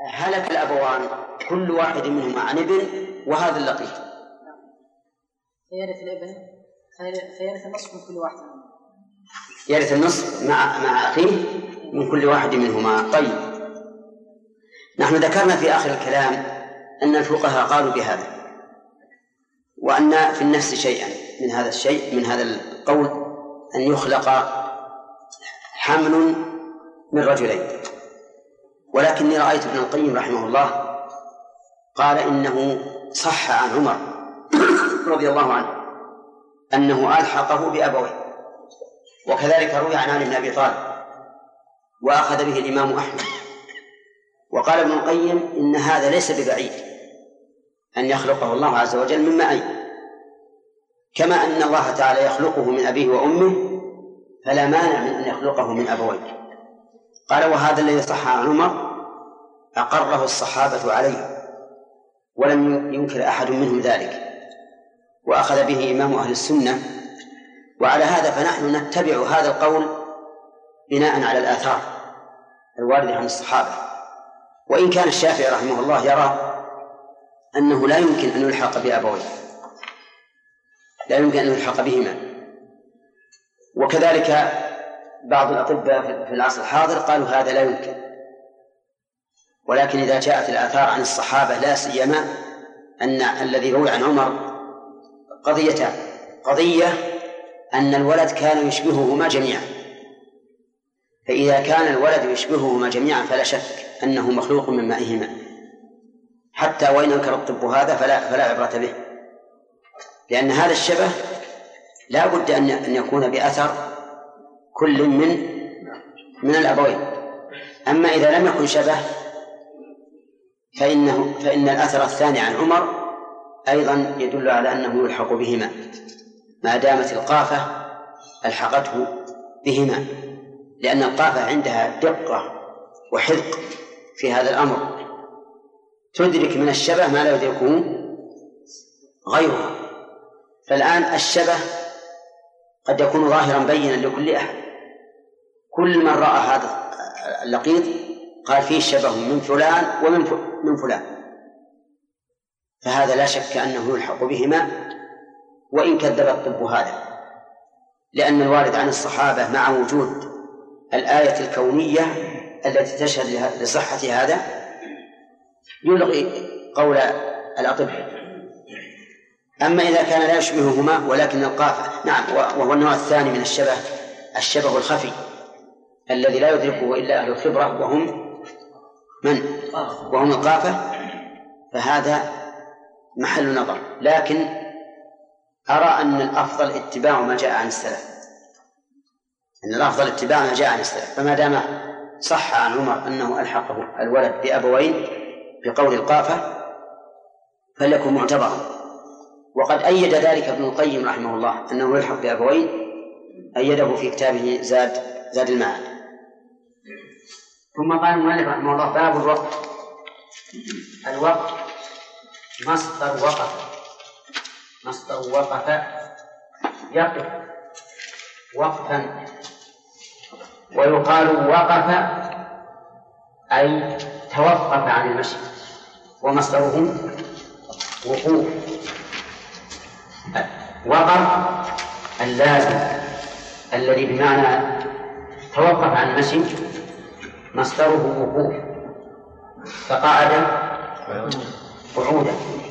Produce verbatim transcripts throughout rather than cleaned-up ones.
هلك الأبوان كل واحد منهما عن ابن وهذا اللقيط فيرث الابن فيرث النصف من كل واحد، يرث النصف مع مع أخيه من كل واحد منهما. طيب، نحن ذكرنا في آخر الكلام أن الفقهاء قالوا بهذا، وأن في النفس شيئا من هذا الشيء من هذا القول أن يخلق حمل من رجلين، ولكني رأيت ابن القيم رحمه الله قال إنه صح عن عمر رضي الله عنه أنه ألحقه بأبويه، وكذلك روي عن علي بن أبي طالب وأخذ به الإمام أحمد. وقال ابن القيم إن هذا ليس ببعيد أن يخلقه الله عز وجل من معين، كما أن الله تعالى يخلقه من أبيه وأمه فلا مانع من أن يخلقه من أبويه. قال وهذا الذي صح عن عمر أقره الصحابة عليه ولم ينكر أحد منهم ذلك، وأخذ به إمام أهل السنة. وعلى هذا فنحن نتبع هذا القول بناء على الآثار الواردة عن الصحابة، وإن كان الشافعي رحمه الله يرى أنه لا يمكن أن يلحق بأبويه، لا يمكن أن يلحق بهما. وكذلك بعض الأطباء في العصر الحاضر قالوا هذا لا يمكن. ولكن إذا جاءت الآثار عن الصحابة لا سيما أن الذي روي عن عمر قضيتان: قضية أن الولد كان يشبههما جميعا، فإذا كان الولد يشبههما جميعا فلا شك أنه مخلوق من مائهما، حتى وإن أنكر الطب هذا فلا, فلا عبرة به، لأن هذا الشبه لا بد أن يكون بأثر كل من من الأبوين. أما إذا لم يكن شبه فإنه فإن الأثر الثاني عن عمر أيضا يدل على أنه يلحق بهما ما دامت القافة ألحقته بهما، لأن القافة عندها دقة وحذق في هذا الأمر، تدرك من الشبه ما لا يدركه غيرها. فالآن الشبه قد يكون ظاهرا بينا لكل أحد، كل من رأى هذا اللقيط قال فيه شبه من فلان ومن من فلان، فهذا لا شك أنه يلحق بهما وإن كذب الطب هذا، لأن الوارد عن الصحابة مع وجود الآية الكونية التي تشهد لصحة هذا يلغي قول الأطباء. أما إذا كان لا يشبههما ولكن القافة، نعم، وهو النوع الثاني من الشبه الشبه الخفي الذي لا يدركه إلا أهل الخبرة وهم من؟ وهم القافة، فهذا محل نظر. لكن أرى أن الأفضل اتباع ما جاء عن السلف، أن الأفضل اتباع ما جاء عن السلف، فما دام صح عن عمر أنه ألحقه الولد بأبوين بقول القافة فليكن معتبرا. وقد أيد ذلك ابن القيم رحمه الله أنه يلحق بأبوين، أيده في كتابه زاد زاد المعاد. ثم قال المؤلف رحمه الله: باب الوقت. الوقت مصدر وقف، مصدر وقف يقف وقفا، ويقال وقف أي توقف عن المشي، ومصدره وقوف. وقف اللازم الذي بمعنى توقف عن المشي مصدره وقوف، فقعد قعودا.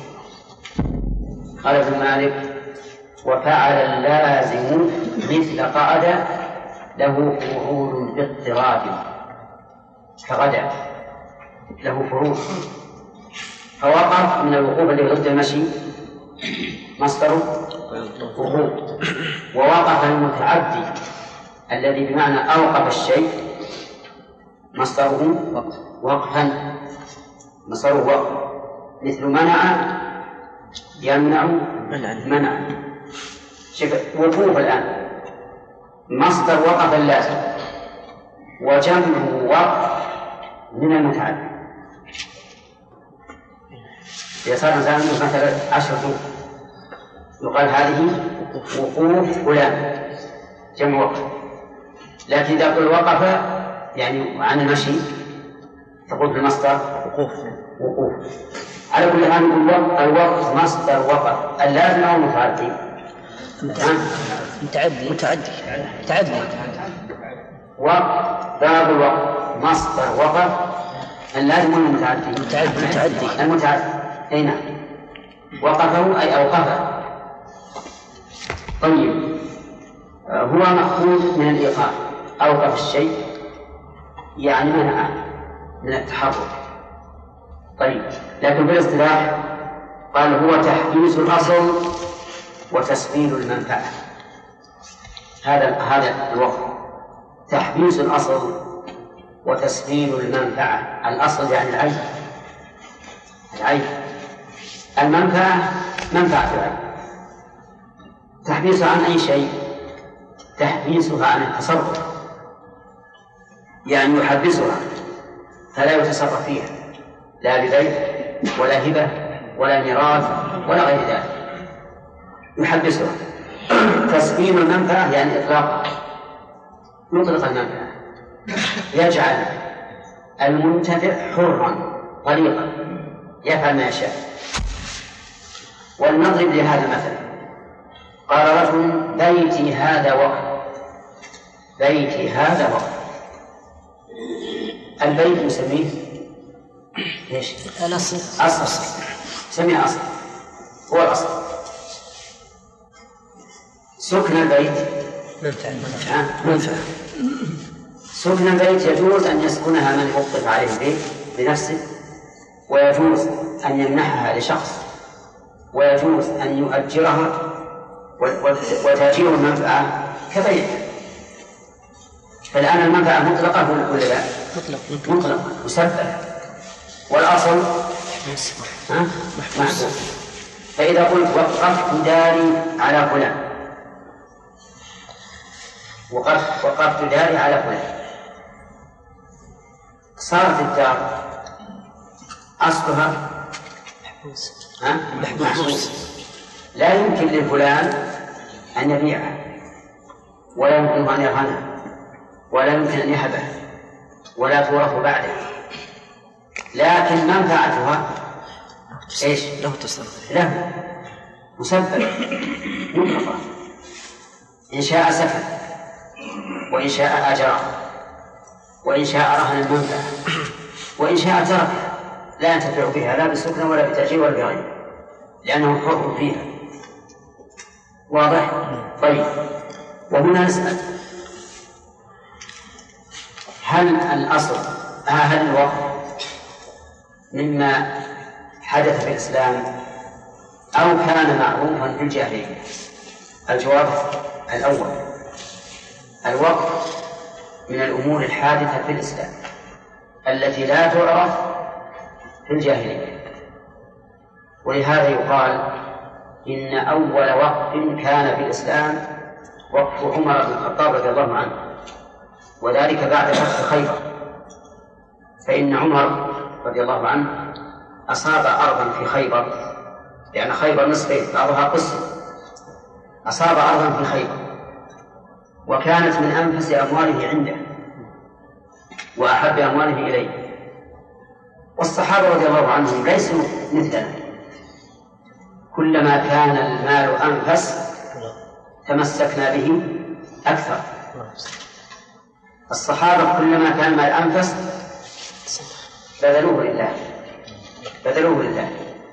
قال ابن مالك: وفعل اللازم مثل قعد له فعول باضطراد كغدا له فروض. فوقف من الوقوف الذي ضد المشي مصدره وقوف. ووقف المتعدي الذي بمعنى أوقف الشيء مصدره وقفا، مصدره وقف، مثل منع يمنع منع. شوف وقوف الآن مصدر وقف اللازم، وجمع وقف من المتعدي. إذا صار زمن مثلا عشرة يقال هذه وقوف فلان جمع وقف. لكن إذا قل وقف يعني عن المشي تقول بالمصدر وقوف. وقوف. على كل حال الوقف مصدر وقف اللازم أو متعدي؟ متعدي متعدي متعدي. وقف باب الوقف مصدر وقف اللازم ولا المتعدي؟ متعدي متعدي المتعدي. أي نعم. وقفه أي أوقفه. طيب هو مأخوذ من الإيقاف، أوقف الشيء يعني منعه من التحرك. طيب لكن بالاصطلاح قال هو تحديث الأصل وتسبيل المنفعة. هذا هذا الوقف تحديث الأصل وتسبيل المنفعة. الأصل يعني العين، العين. المنفعة منفعة العين. تحبيسها عن أي شيء؟ تحبيسها عن التصرف، يعني يحبسها فلا يتصرف فيها لا ببيع ولا هبة ولا ميراث ولا غير ذلك، يحبسها. تسبيل المنفعة يعني إطلاق، يطلق المنفعة، يجعل المنتفع حرا طليقا يفعل ما يشاء. ولنضرب لهذا المثل. قال رجل بيتي هذا وقف، بيتي هذا وقف. البيت نسميه ايش؟ الأصل. أصل، سميه أصل، هو الأصل. سكن البيت منفعة. منفعة. سكن البيت يجوز أن يسكنها من يوقف عليه البيت بنفسه، ويجوز أن يمنحها لشخص، ويجوز أن يؤجرها، وتأجير المنفعة كبيع. فالآن المنفعة مطلقة ولا لا؟ مطلق مطلق مسبب، والأصل محبوب. فإذا قلت وقفت داري على فلان، وقفت وقفت داري على فلان، صارت الدار أصلها محبوس، لا يمكن لفلان أن يبيعها، ولا يمكن أن يرهنها، ولا يمكن أن يهبها، ولا تورث بعده. لكن منفعتها ايش؟ له تصرف، له مسبب مطلقة. إن شاء سكن، وإن شاء أجرها، وإن شاء رهن المنفعة، وإن شاء تركها لا ينتفع بها لا بالسكن ولا بالتأجير ولا بغيره، لأنه حر فيها. واضح؟ طيب وهنا نسأل هل الأصل هل الوقف مما حدث في الإسلام أو كان معروفا في الجاهلية؟ الجواب الأول، الوقف من الأمور الحادثة في الإسلام التي لا تعرف في الجاهلية. ولهذا يقال إن أول وقف كان في الإسلام وقف عمر بن الخطاب رضي الله عنه، وذلك بعد فتح خيبر. فإن عمر رضي الله عنه أصاب أرضا في خيبر، يعني خيبر نصفين بعضها قسم، أصاب أرضا في خيبر وكانت من أنفس أمواله عنده وأحب أمواله إليه. والصحابة رضي الله عنهم ليسوا مثلنا، كلما كان المال أنفس تمسكنا به أكثر. الصحابة كلما كان المال أنفس بذلوه لله بذلوه لله.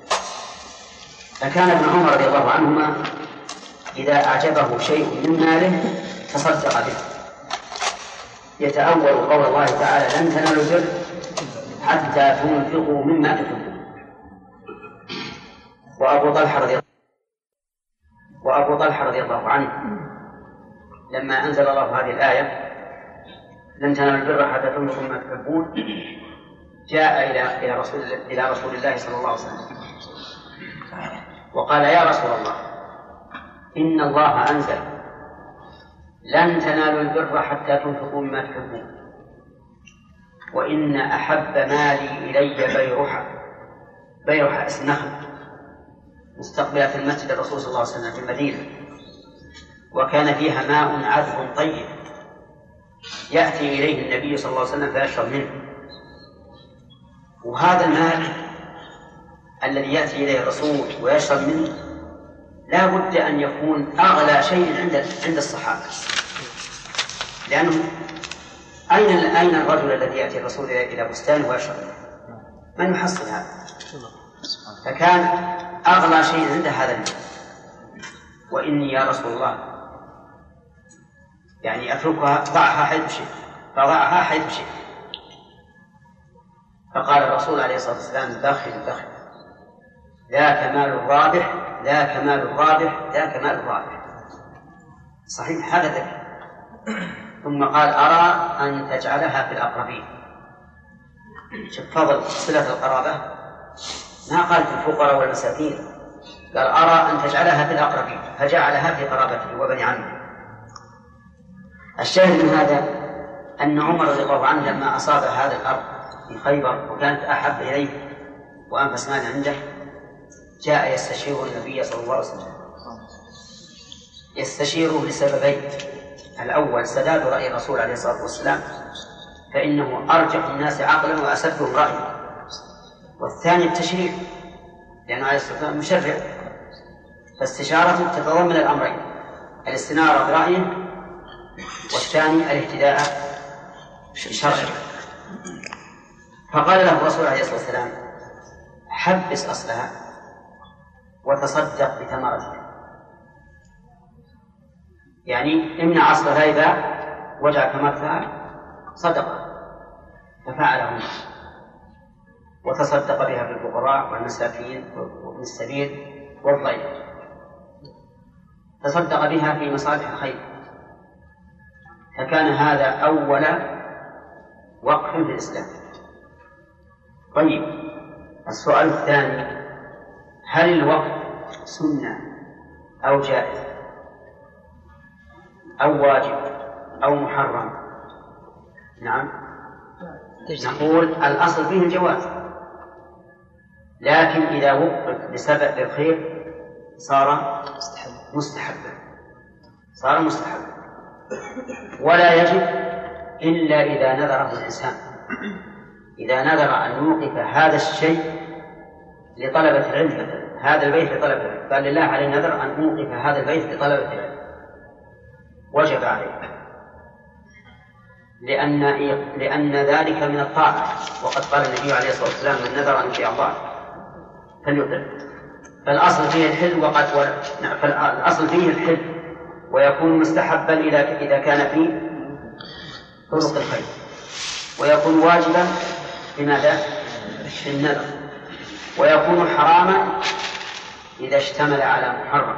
فكان ابن عمر رضي الله عنهما إذا أعجبه شيء من ماله تصدق به، يتأول قول الله تعالى لن تنالوا البر حتى تنفقوا مما تحبون. وأبو طلحة رضي الله وأبو طلحة رضي الله عنه لما أنزل الله هذه الآية لن تنالوا البر حتى تنفقوا مما تحبون، جاء إلى إلى رسول إلى رسول الله صلى الله عليه وسلم وقال يا رسول الله إن الله أنزل لن تنالوا البر حتى تنفقوا مما تحبون، وإن أحب مالي إلي بيرحة بيرحة اسم نخل مستقبلة المسجد الرسول صلى الله عليه وسلم في المدينة، وكان فيها ماء عذب طيب يأتي إليه النبي صلى الله عليه وسلم فيشرب منه. وهذا المال الذي يأتي إليه الرسول ويشرب منه لا بد أن يكون أغلى شيء عند عند الصحابة، لأنه أين أين الرجل الذي يأتي الرسول إلى بستانه ويشرب منه؟ من يحصل هذا؟ فكان أغلى شيء عند هذا المال. وإني يا رسول الله يعني أتركها ضعها حيث شئت، فضعها حيث شئت. فقال الرسول عليه الصلاة والسلام بخل بخل، ذاك مال الرابح، ذاك مال الرابح، ذاك مال الرابح. صحيح هذا ذكر. ثم قال أرى أن تجعلها في الأقربين. شوف فضل صلة القرابة، ما قال في الفقراء والمساكين، قال أرى أن تجعلها في الأقربين، فجعلها في قرابته وبني عمه. الشاهد من هذا أن عمر رضي الله عنه لما أصاب هذا الأرض في خيبر وكانت أحب إليه وأنفس مال عنده، جاء يستشير النبي صلى الله عليه وسلم، يستشيره لسببين: الأول سداد رأي الرسول عليه الصلاة والسلام فإنه أرجح الناس عقلا وأسدهم رأيا، والثاني التشريع لأنه عليه الصلاة والسلام مشرع، فاستشارته تتضمن الأمرين: الاستنارة برأيه، والثاني الاهتداء بشرعه. فقال له الرسول عليه الصلاة والسلام: حبس أصلها وتصدق بثمرتها، يعني امنع أصلها يباع واجعل ثمرتها صدقة. ففعله وتصدق بها في الفقراء والمساكين وابن السبيل والضيف، تصدق بها في مصالح الخير. فكان هذا أول وقف في الإسلام. طيب، السؤال الثاني: هل الوقف سنة أو جائز أو واجب أو محرم؟ نعم، نقول الأصل فيه الجواز، لكن إذا وقف بسبب الخير صار مستحبا، صار مستحبا، ولا يجب إلا إذا نذره الإنسان. إذا نذر أن يوقف هذا الشيء لطلبة العلم، هذا البيت لطلبة العلم، قال لله عليه نذر أن أوقف هذا البيت لطلبة العلم، وجب عليه، لأن لأن ذلك من الطاعة. وقد قال النبي عليه الصلاة والسلام: من نذر أن يطيع الله فليطع. فالأصل فيه الحل، وقد فالأصل فيه الحل ويكون مستحبا إذا كان فيه طرق الخير، ويكون واجبا بماذا؟ في النذر، ويكون حراما إذا اشتمل على محرم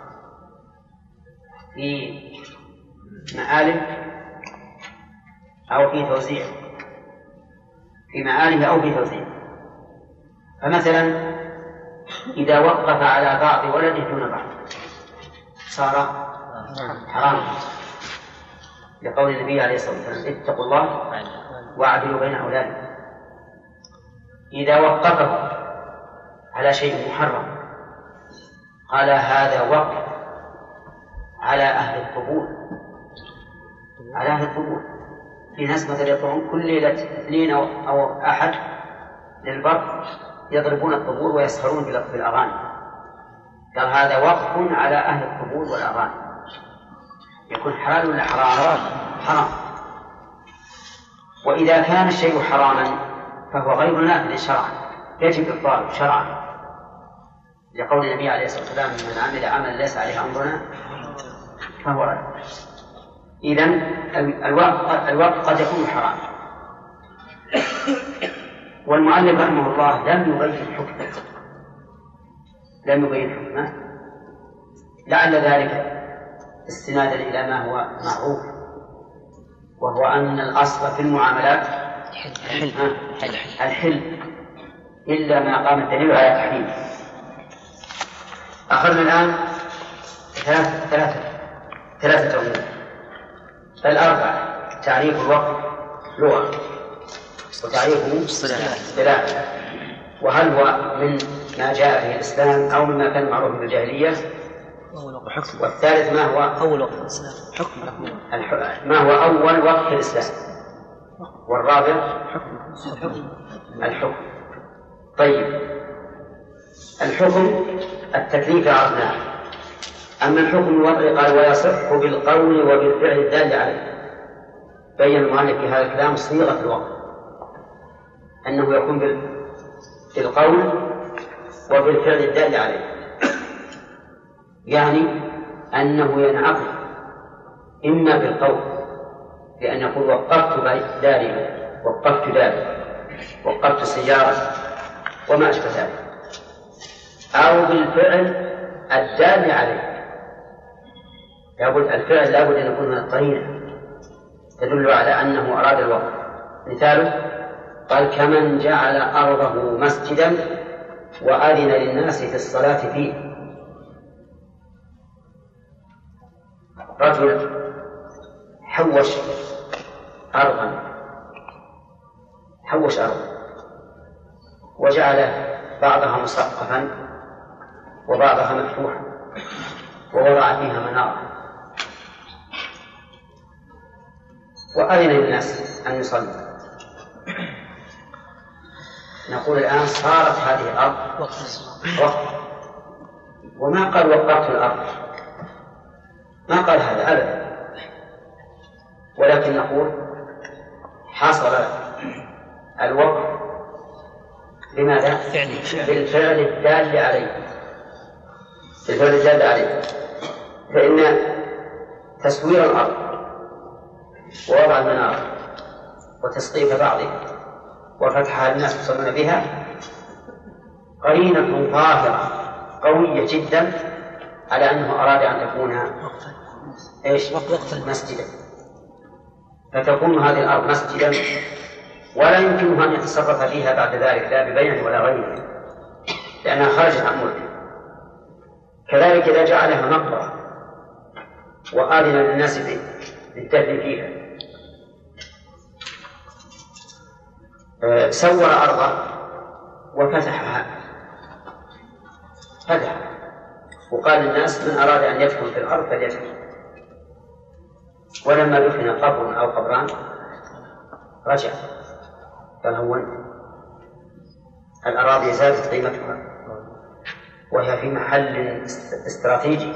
في مآله أو في توزيع، في مآله أو في توزيع. فمثلا إذا وقف على بعض ولده دون بعض صار حرام، لقول النبي عليه الصلاة والسلام: اتقوا الله واعدلوا بين أولادكم. إذا وقفه على شيء محرم قال هذا وقف على أهل القبور، على أهل القبور. في ناس مثلا يطلعون كل ليلة اثنين أو أحد للبر يضربون القبور ويسهرون بالأغاني، قال هذا وقف على أهل القبور والأغاني. يكون حلال ولا حرام؟ حرام. وإذا كان الشيء حراما فهو غير نافذ شرعا، يجب إبطاله شرعا، لقول النبي عليه الصلاة والسلام: من عمل عملا ليس عليه أمرنا فهو رد. إذن الوقت, الوقت قد يكون حرام. والمؤلف رحمه الله لم يبين حكمه، لم يبين حكمه، لعل ذلك استنادا إلى ما هو معروف، وهو أن الأصل في المعاملات الحل إلا ما قام الدليل على التحريم. أخذنا الآن ثلاثة ثلاثة ثلاثة أمور، الأربعة: تعريف الوقف لغة، وتعريفه اصطلاحا، وهل هو من ما جاء به الإسلام أو مما كان معروف بالجاهلية، والثالث ما هو أول وقت الإسلام حكم ما هو أول وقت الإسلام، والرابع الحكم. طيب، الحكم التكليف عرفناه. أما الحكم الوضعي قال ويصح بالقول وبالفعل الدال عليه. بين المؤلف في هذا الكلام صيغة الوضع، أنه يكون بالقول وبالفعل الدال عليه، يعني أنه ينعقد إما بالقول لأن يقول وقفت داري، وقفت داري، وقفت سيارة وما أشبه ذلك، أو بالفعل الدال عليه. يقول الفعل لابد أن يكون من القرينة تدل على أنه أراد الوقت. مثاله قال كمن جعل أرضه مسجدا وأذن للناس في الصلاة فيه. رجل حوش أرضا حوش أرضا وجعل بعضها مسقفا وبعضها مفتوحا ووضع فيها منارة وأذن للناس أن يصلوا. نقول الآن صارت هذه الأرض وقف، وما قال وقفت الأرض، ما قال هذا أبدا، ولكن نقول حصل الوقف لماذا؟ بالفعل الدال عليه، بالفعل الدال عليه. فإن تسوير الأرض ووضع المنارة وتسقيف بعضها وفتحها الناس يصلون بها قرينة ظاهرة قوية جدا على أنه أراد أن تكون إيش؟ مسجدا، فتكون هذه الأرض مسجدا ولا يمكنه أن يتصرف فيها بعد ذلك لا ببيع ولا غيره لأنها خرجت عن ملكه. كذلك إذا جعلها مقبرة وآذن للناس بالدفن فيها، سور أرضه وفتحها فتح وقال للناس من أراد أن يدفن في الأرض فليدفن، ولما دفن قبر أو قبران رجع قال هون الأراضي زادت قيمتها وهي في محل استراتيجي.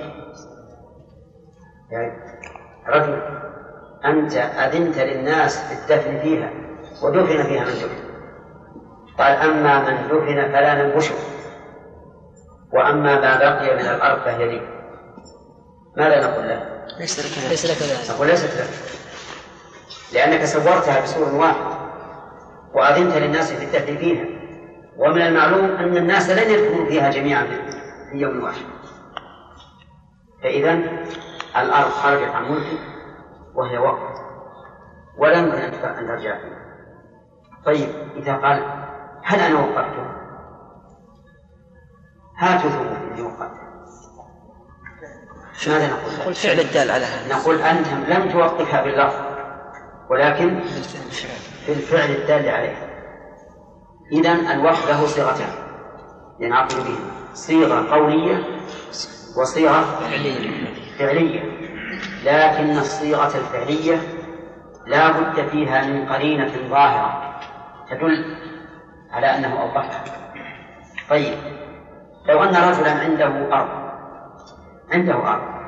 يعني رجل أنت أذنت للناس بالدفن فيها ودفن فيها من دفن، قال أما من دفن فلا ننبشه وأما ما بقي من الأرض فهي لي. ماذا نقول له؟ ليس لك ذلك. نقول ليست لك، لأنك صورتها بصور واحد وأذنت للناس بالدفن فيها، ومن المعلوم أن الناس لن يدخلوا فيها جميعا في يوم واحد. فإذا الأرض خرجت عن ملكه وهي وقف ولا يمكن أن ترجع فيها. طيب إذا قال هل أنا وقفته؟ هاتوا ثبوت إني وقفته، ماذا نقول؟ نقول فعل الدال على هذا. نقول أنت لم توقفها باللفظ ولكن في الفعل الدال عليه. إذن الوقف له صيغتان ينعقد بهما، صيغة قولية وصيغة فعلية، لكن الصيغة الفعلية لا بد فيها من قرينة ظاهرة تدل على أنه أوقفها. طيب لو أن رجلا عنده أرض عنده أرض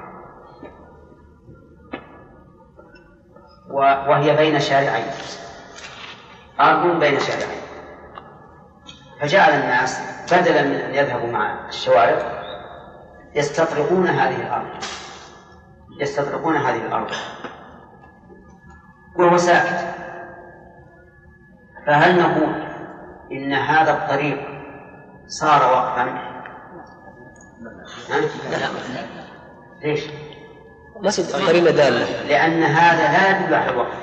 وهي بين شارعين، أرض بين شارعين، فجعل الناس بدلا من أن يذهبوا مع الشوارع يستطرقون هذه الأرض يستطرقون هذه الأرض وهو ساكت، فهل نقول إن هذا الطريق صار وقفا؟ ليش؟ مسجد قرينة دالة، لأن هذا لا يدل على الوقف.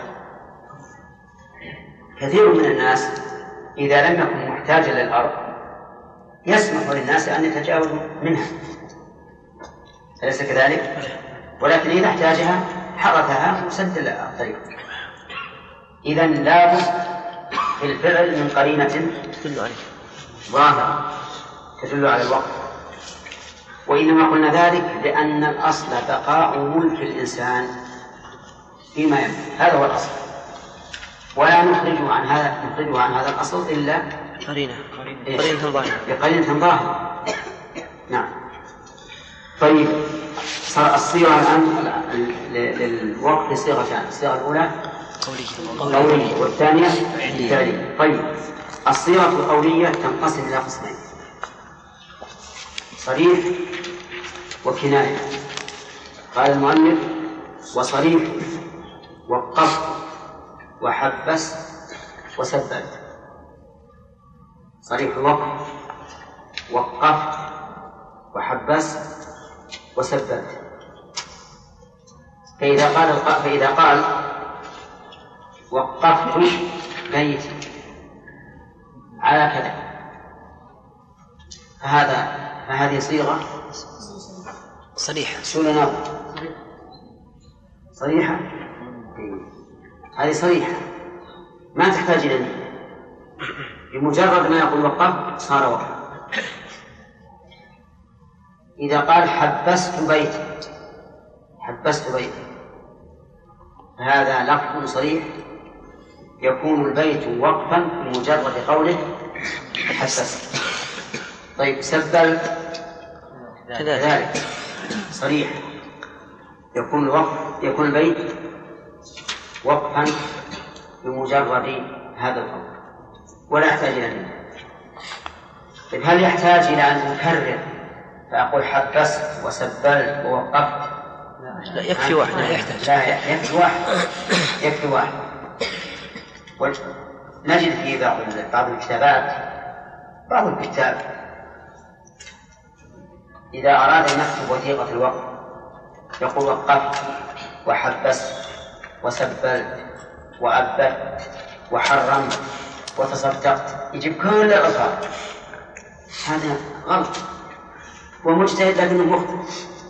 كثير من الناس إذا لم يكن محتاجا للأرض يسمح للناس أن يتجاوزوا منها، أليس كذلك؟ ولكن إذا احتاجها حركها وسد الطريق. إذن لابد في الفعل من قرينة ظاهرة تدل على الوقف. وإنما قلنا ذلك لأن الأصل بقاء ملك الإنسان فيما يملك، هذا هو الأصل، ولا نخرجه عن هذا نخرجه عن هذا الأصل إلا قرينة قرينة ظاهرة. بقرينة ظاهرة. نعم. طيب صار الصيغة الآن للوقف صيغتان، الصيغة الأولى قولية والثانية فعلية. طيب الصيغة القولية تنقسم إلى قسمين: صريح وكناية. قال المؤلف: وصريح وقف وحبس وسبب. صريح الوقف وقف وحبس وسبب. فإذا قال فإذا قال وقفت بيتي على كذا، فهذا فهذه صيغة صريحة. شو لنا صريحة؟ هذه صريحة ما تحتاج إلى نية، بمجرد ما يقول وقف صار وقف. إذا قال حبست بيتي حبست بيتي هذا لفظ صريح يكون البيت وقفا بمجرد قوله حبست. طيب سبل كذلك صريح يكون الوقف يكون البيت وقفا بمجرد هذا القول ولا يحتاج إلى نية. طيب هل يحتاج إلى أن أكرر فأقول حبست وسبلت ووقفت؟ لا، يكفي واحد. لا يحتاج. لا يكفي واحد يكفي واحد. نجد في بعض بعض الكتابات بعض الكتاب إذا أراد أن يكتب وثيقة الوقف يقول وقفت وحبست وسبلت وأبدت وحرمت وتصدقت، يجيب كل الألفاظ. هذا غلط ومجتهد لكنه مخطئ،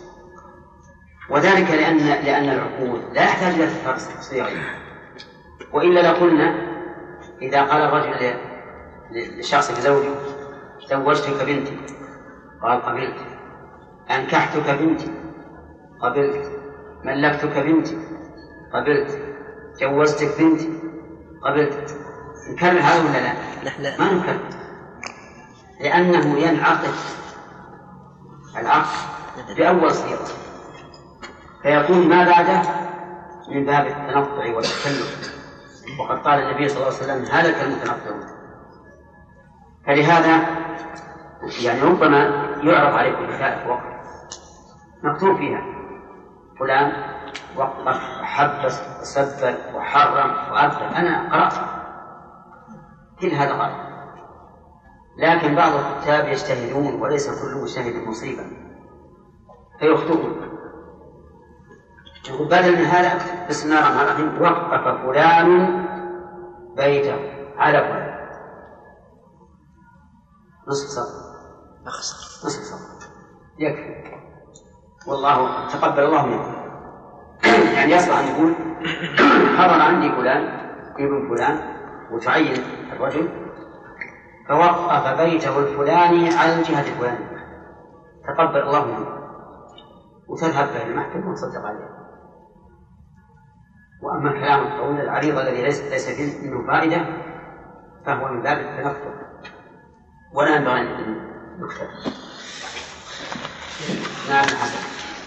وذلك لأن لأن العقود لا يحتاج إلى تصريح. وإلا لقلنا إذا قال الرجل لشخص زوجه زوجتك بنتي قال قبلت، أنكحتك بنتي قبلت، ملكتك بنتي قبلت، جوزتك بنتي قبلت، نكرر هذا ولا لا؟ لا. ما نكرر، لأنه ينعقد العقد بأول صيغة، فيكون ما بعده من باب التنطع والتكلف، وقد قال النبي صلى الله عليه وسلم هلك المتنطعون. فلهذا يعني ربما يعرض عليكم رسالة وقف مكتوب فيها فلان وقف وحبس وسبل وحرم وأبدل، أنا قرأت كل هذا غلط. لكن بعض الكتاب يجتهدون وليس كل مجتهد مصيبا فيخطئون، يقول بدل من هذا بسم الله الرحمن الرحيم وقف فلان بيته على فلان نصف سطر نصف سطر يكفي، والله تقبل الله منه. يعني يصلح أن يقول حضر عندي فلان ابن فلان وتعين الرجل فوقف بيته الفلاني على الجهة الفلانية، تقبل الله منه، وتذهب به المحكمة وتصدق عليه. وأما الكلام الطويل العريض الذي ليس ليس فيه منه فائدة فهو من باب التنفر ولا ينبغي أن يكتب. نعم حسن.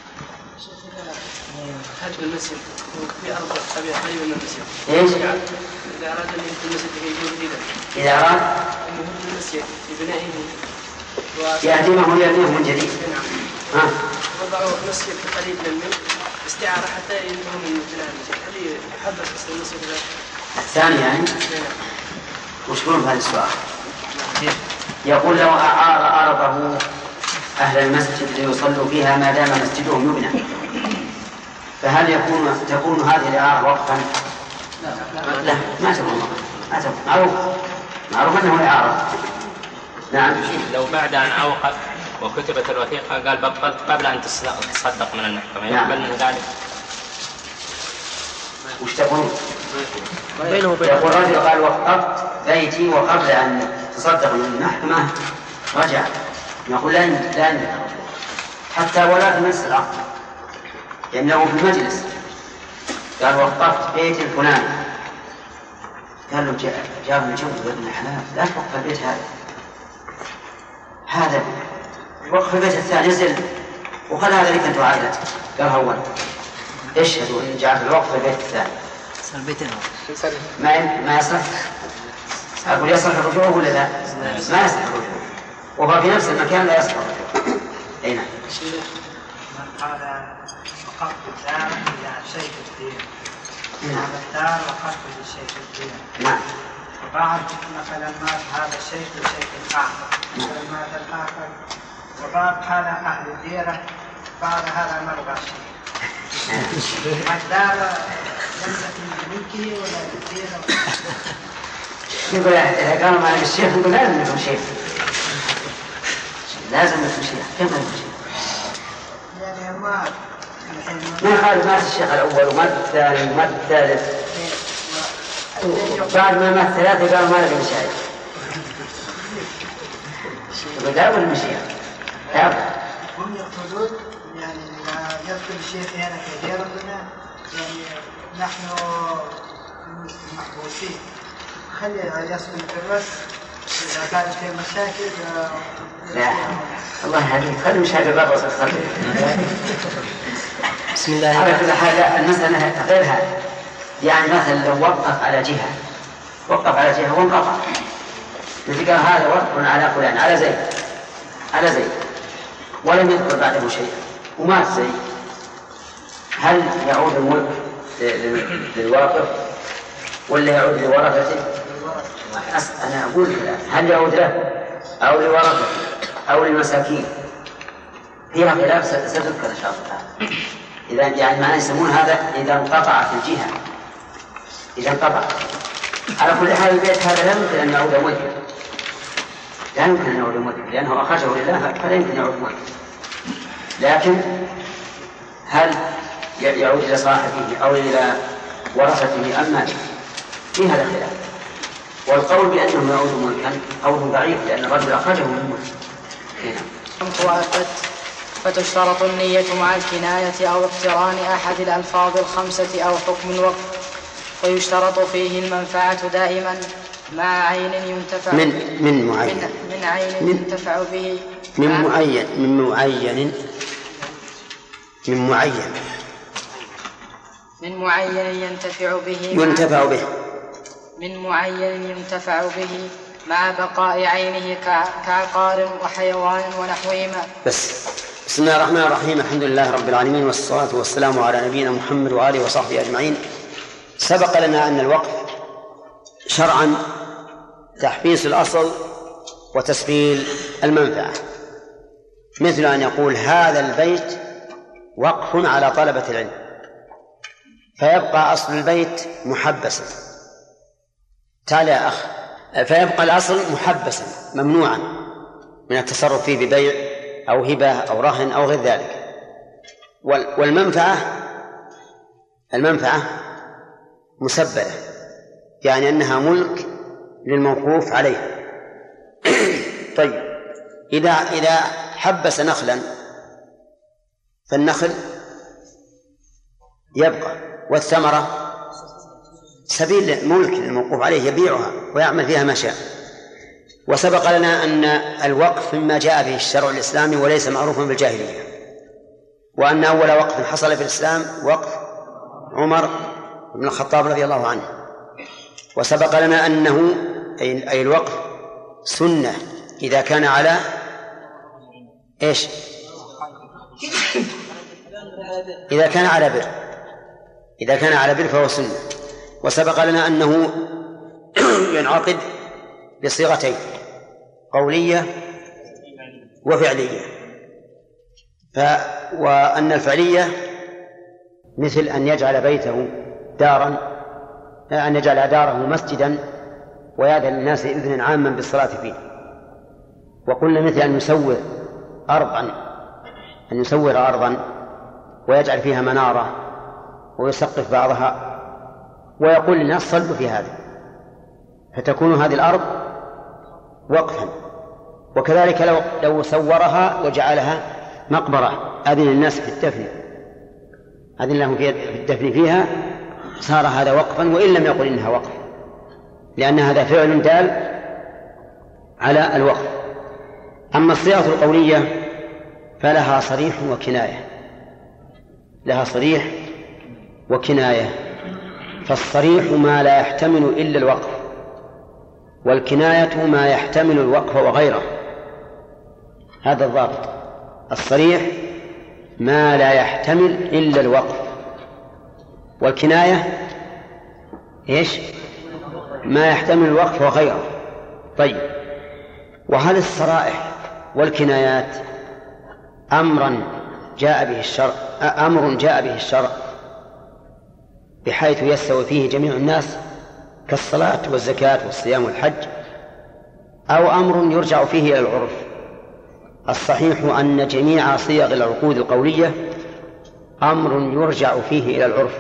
حج المسجد في أرض أبي قريب من المسجد. إيش؟ إذا أراد أن يهد المسجد يهدمه جديدا. إذا أراد أن يهد المسجد ببنائه يهدمه يهدمه من جديد. نعم. ها. وضعوا مسجد قريب منه استعارة حتى ينتهوا من بناء المسجد. هل يحبس أصل المسجد هذا؟ الثاني يعني؟ نعم. وش يقولون بهذا السؤال؟ يقول لو أعار أرضه أهل المسجد ليصلوا فيها ما دام مسجدهم يبنى، فهل يكون تكون هذه الإعارة وقفا؟ لا لا ما تكون ما تكون معروف معروف أنه إعارة. نعم. لو بعد أن أوقف وكتبت الوثيقة قال بطلت قبل أن تصدق من المحكمة يقبل من ذلك؟ وش تقولون؟ يقول رجل قال وقفت بيتي وقبل أن تصدق من المحكمة رجع، يقول لا لا حتى ولا في مجلس العقد، لأنه في المجلس قال وقفت بيت الفلاني، قال له جاء من جنب ابن الحلال لا توقف البيت هذا، هذا وقف البيت الثاني نزل وقال هذا لك أنت عائلتك. قال هون اشهدوا إن جعلت الوقف في البيت الثاني ما ما يصح. أقول يصح الرجوع ولا لا؟ ما يصح الرجوع، وهو في نفس المكان لا يصح الرجوع. أي نعم. من قال وقفت الدار إلى شيخ الدين، هذا الدار وقفت لشيخ الدين. نعم. وبعد مثلا مات هذا الشيخ لشيخ آخر، مثلا مات الآخر، وبعد هذا أهل الديرة، بعد هذا مرضى الشيخ. الدار ليست ملكه ولا الديرة. يقول إذا كانوا مع الشيخ يقول لازم يكون شيخ، لازم يكون شيخ. كيف يكون شيخ؟ يعني ما ما خالف مات الشيخ الأول ومات الثاني ومات الثالث، بعد ما مات الثلاثة قالوا ما لك مشايخ. يقول لا ولا مشيخ؟ لا. هم يقولون يعني لا يدخل الشيخ هنا كديرتنا، يعني نحن محبوسين، خلي يسكن في الرس إذا كانت في مشاكل. لا الله يهديك، خلي مشاكل برا خلي. بسم الله على كل حال المسألة غير هذا. يعني مثلا لو وقف على جهة وقف على جهة وانقطع، مثل قال هذا وقف على فلان على زيد على زيد ولم يذكر بعده شيء ومات زيد، هل يعود الملك للواقف ولا يعود لورثته؟ أنا أقول الآن هل يعود له أو لورثته أو للمساكين؟ فيها خلاف ستذكر إن شاء الله. إذا يعني ما يسمون هذا إذا انقطعت الجهة، إذا انقطعت. على كل حال البيت هذا لا يمكن أن يعود ملكا، لا يمكن أن يعود ملكا لأنه أخرجه لله فلا يمكن يعود ملكا. لكن هل يعود إلى صاحبه أو إلى ورثته أم ماله؟ في هذا خلاف. والقول بأنه يعود ملكا قول ضعيف لأن الرجل أخرجه من ملك. وأثبت فتشترط النية مع الكناية أو اقتران أحد الألفاظ الخمسة أو حكم الوقف، ويشترط فيه المنفعة دائما مع عين ينتفع من من معين من, من عين من ينتفع به من معين من معين من معين من معين ينتفع به ينتفع به من معين ينتفع به مع بقاء عينه كعقار وحيوان ونحوهما. بس. بسم الله الرحمن الرحيم، الحمد لله رب العالمين، والصلاة والسلام على نبينا محمد وآله وصحبه أجمعين. سبق لنا أن الوقف شرعا تحبيس الأصل وتسبيل المنفعة، مثل أن يقول هذا البيت وقف على طلبة العلم، فيبقى أصل البيت محبسا. تعال يا أخ، فيبقى الأصل محبسا ممنوعا من التصرف فيه ببيع أو هبة أو رهن أو غير ذلك. والمنفعة المنفعة مسبلة، يعني أنها ملك للموقوف عليه. طيب إذا إذا حبس نخلا فالنخل يبقى، والثمرة سبيل ملك للموقوف عليه يبيعها ويعمل فيها ما شاء. وسبق لنا أن الوقف مما جاء به الشرع الإسلامي وليس معروفا بالجاهلية، وأن أول وقف حصل في الإسلام وقف عمر بن الخطاب رضي الله عنه. وسبق لنا أنه أي الوقف سنة إذا كان على إيش؟ إذا كان على بر، إذا كان على بر فهو سنة. وسبق لنا أنه ينعقد بصيغتين قولية وفعلية، ف... وأن الفعلية مثل أن يجعل بيته دارا، أن يجعل داره مسجدا ويأذن للناس إذنا عاما بالصلاة فيه. وقلنا مثل أن يسور أرضا أن يسور أرضا ويجعل فيها منارة ويسقف بعضها ويقول للناس صلوا في هذا، فتكون هذه الأرض وقفا. وكذلك لو لو سورها وجعلها مقبرة أذن الناس في الدفن أذن لهم في الدفن فيها، صار هذا وقفا وإن لم يقل إنها وقف، لأن هذا فعل دال على الوقف. أما الصيغة القولية فلها صريح وكناية، لها صريح وكناية. فالصريح ما لا يحتمل إلا الوقف، والكناية ما يحتمل الوقف وغيره. هذا الضابط. الصريح ما لا يحتمل إلا الوقف، والكناية إيش؟ ما يحتمل الوقف وغيره. طيب، وهل الصرائح والكنايات أمرا جاء به الشرع أمر جاء به الشرع بحيث يستوي فيه جميع الناس كالصلاة والزكاة والصيام والحج، أو أمر يرجع فيه إلى العرف؟ الصحيح أن جميع صيغ العقود القولية أمر يرجع فيه إلى العرف،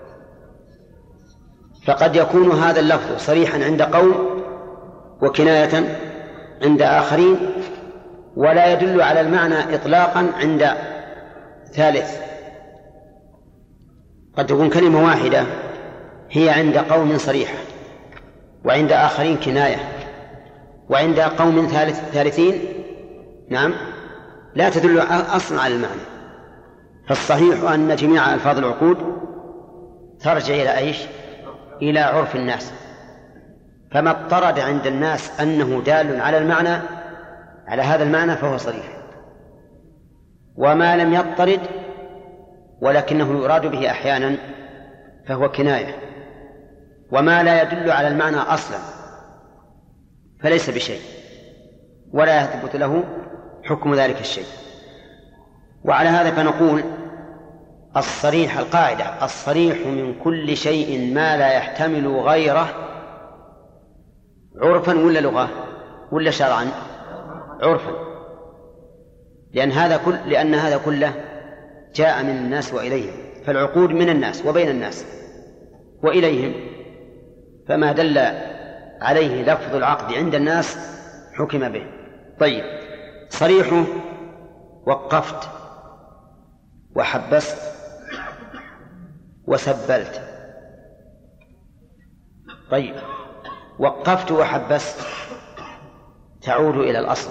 فقد يكون هذا اللفظ صريحا عند قوم وكناية عند آخرين، ولا يدل على المعنى إطلاقا عند ثالث. قد تكون كلمة واحدة هي عند قوم صريحة، وعند آخرين كناية، وعند قوم ثالث ثالثين نعم لا تدل أصلا على المعنى. فالصحيح أن جميع ألفاظ العقود ترجع إلى إيش؟ إلى عرف الناس. فما اضطرد عند الناس أنه دال على المعنى على هذا المعنى فهو صريح، وما لم يضطرد ولكنه يراد به أحيانا فهو كناية، وما لا يدل على المعنى أصلا فليس بشيء ولا يثبت له حكم ذلك الشيء. وعلى هذا فنقول الصريح القاعدة الصريح من كل شيء ما لا يحتمل غيره، عرفا ولا لغة ولا شرعا؟ عرفا، لأن هذا كل لأن هذا كله جاء من الناس وإليهم، فالعقود من الناس وبين الناس وإليهم، فما دل عليه لفظ العقد عند الناس حكم به. طيب، صريحه وقفت وحبست وسبلت. طيب، وقفت وحبست تعود إلى الأصل،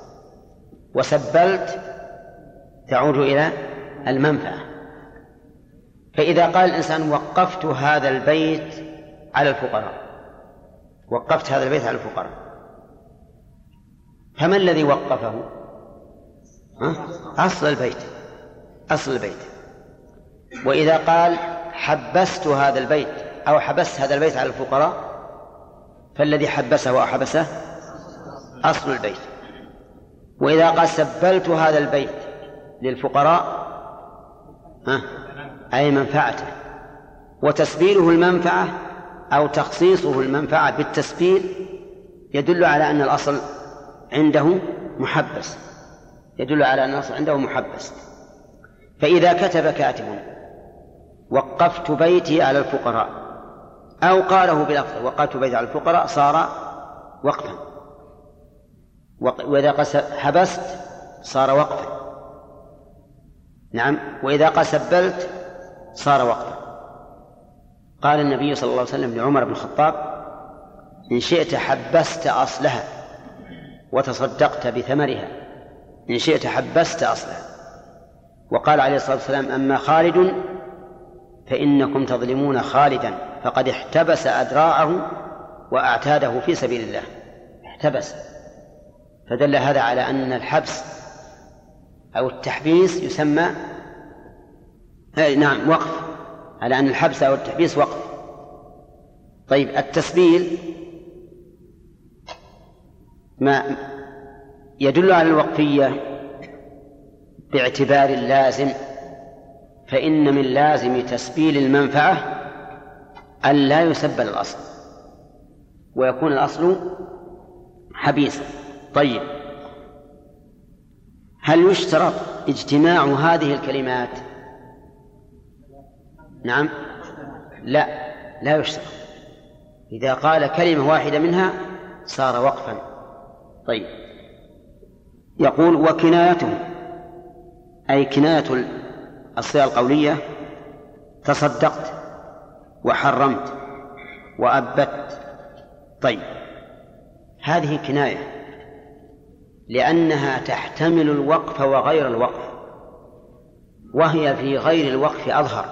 وسبلت تعود إلى المنفعة. فإذا قال الإنسان وقفت هذا البيت على الفقراء، وقفت هذا البيت على الفقراء، فما الذي وقفه؟ ها؟ أصل البيت، أصل البيت. وإذا قال حبست هذا البيت أو حبست هذا البيت على الفقراء، فالذي حبسه وحبسه أصل البيت. وإذا قال سبلت هذا البيت للفقراء ها؟ أي منفعته، وتسبيله المنفعة أو تخصيصه المنفعة بالتسبيل يدل على أن الأصل عنده محبس، يدل على أن الأصل عنده محبس. فإذا كتب كاتب وقفت بيتي على الفقراء، أو قاله بلفظ وقفت بيتي على الفقراء، صار وقفا. وإذا قال حبست صار وقفا، نعم. وإذا قال سبلت صار وقفا. قال النبي صلى الله عليه وسلم لعمر بن الخطاب: إن شئت حبست أصلها وتصدقت بثمرها، إن شئت حبست أصلها. وقال عليه الصلاة والسلام: أما خالد فإنكم تظلمون خالدا فقد احتبس أدراعه وأعتاده في سبيل الله. احتبس، فدل هذا على أن الحبس أو التحبيس يسمى آه نعم وقف، على أن الحبس أو التحبيس وقف. طيب، التسبيل ما يدل على الوقفية باعتبار اللازم، فإن من لازم تسبيل المنفعة أن لا يسبل الأصل ويكون الأصل حبيسا. طيب، هل يشترط اجتماع هذه الكلمات؟ نعم، لا لا يشترط. إذا قال كلمة واحدة منها صار وقفا. طيب، يقول: وكنايته أي كناية الصيغة القولية: تصدقت وحرمت وأبت. طيب، هذه كناية، لأنها تحتمل الوقف وغير الوقف، وهي في غير الوقف أظهر،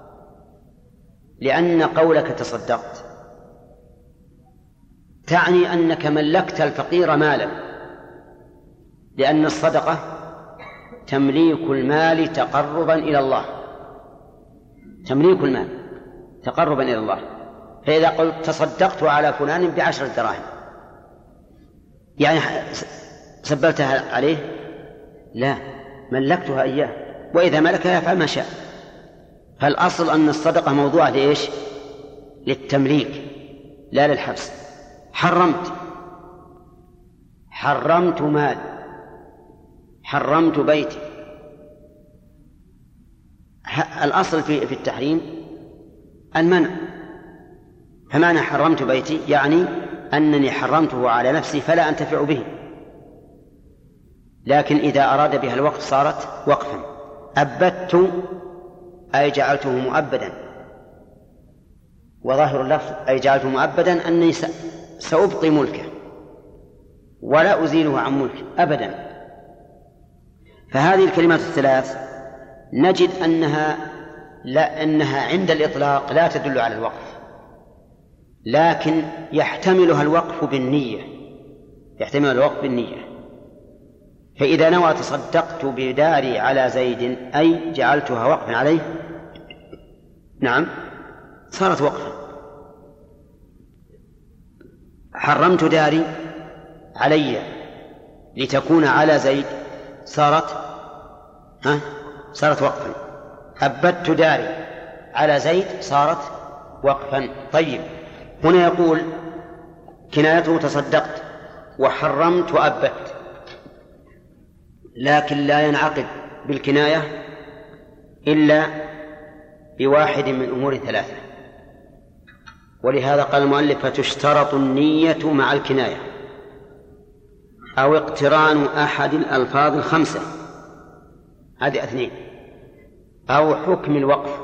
لأن قولك تصدقت تعني أنك ملكت الفقير مالا، لأن الصدقة تمليك المال تقربا إلى الله، تمليك المال تقربا إلى الله. فإذا قلت تصدقت على فلان بعشرة دراهم يعني سبلتها عليه؟ لا، ملكتها إياه، وإذا ملكها يفعل ما شاء. فالأصل أن الصدقة موضوعة لإيش؟ للتمليك لا للحبس. حرمت حرمت مال، حرمت بيتي. الأصل في في التحريم المنع، فمعنى حرمت بيتي يعني أنني حرمته على نفسي فلا أنتفع به، لكن إذا أراد بها الوقف صارت وقفا. أبدت أي جعلته مؤبدا، وظاهر اللفظ أي جعلته مؤبدا أني سأبقي ملكه ولا أزيله عن ملكه أبدا. فهذه الكلمات الثلاث نجد أنها لا أنها عند الإطلاق لا تدل على الوقف، لكن يحتملها الوقف بالنية، يحتمل الوقف بالنية. فإذا نوى تصدقت بداري على زيد أي جعلتها وقفا عليه، نعم صارت وقفا. حرمت داري علي لتكون على زيد صارت ها صارت وقفا. أبدت داري على زيد صارت وقفا. طيب، هنا يقول كنايته تصدقت وحرمت وأبدت، لكن لا ينعقد بالكناية إلا بواحد من أمور ثلاثة، ولهذا قال المؤلف فتشترط النية مع الكناية أو اقتران أحد الألفاظ الخمسة، هذه اثنين، أو حكم الوقف.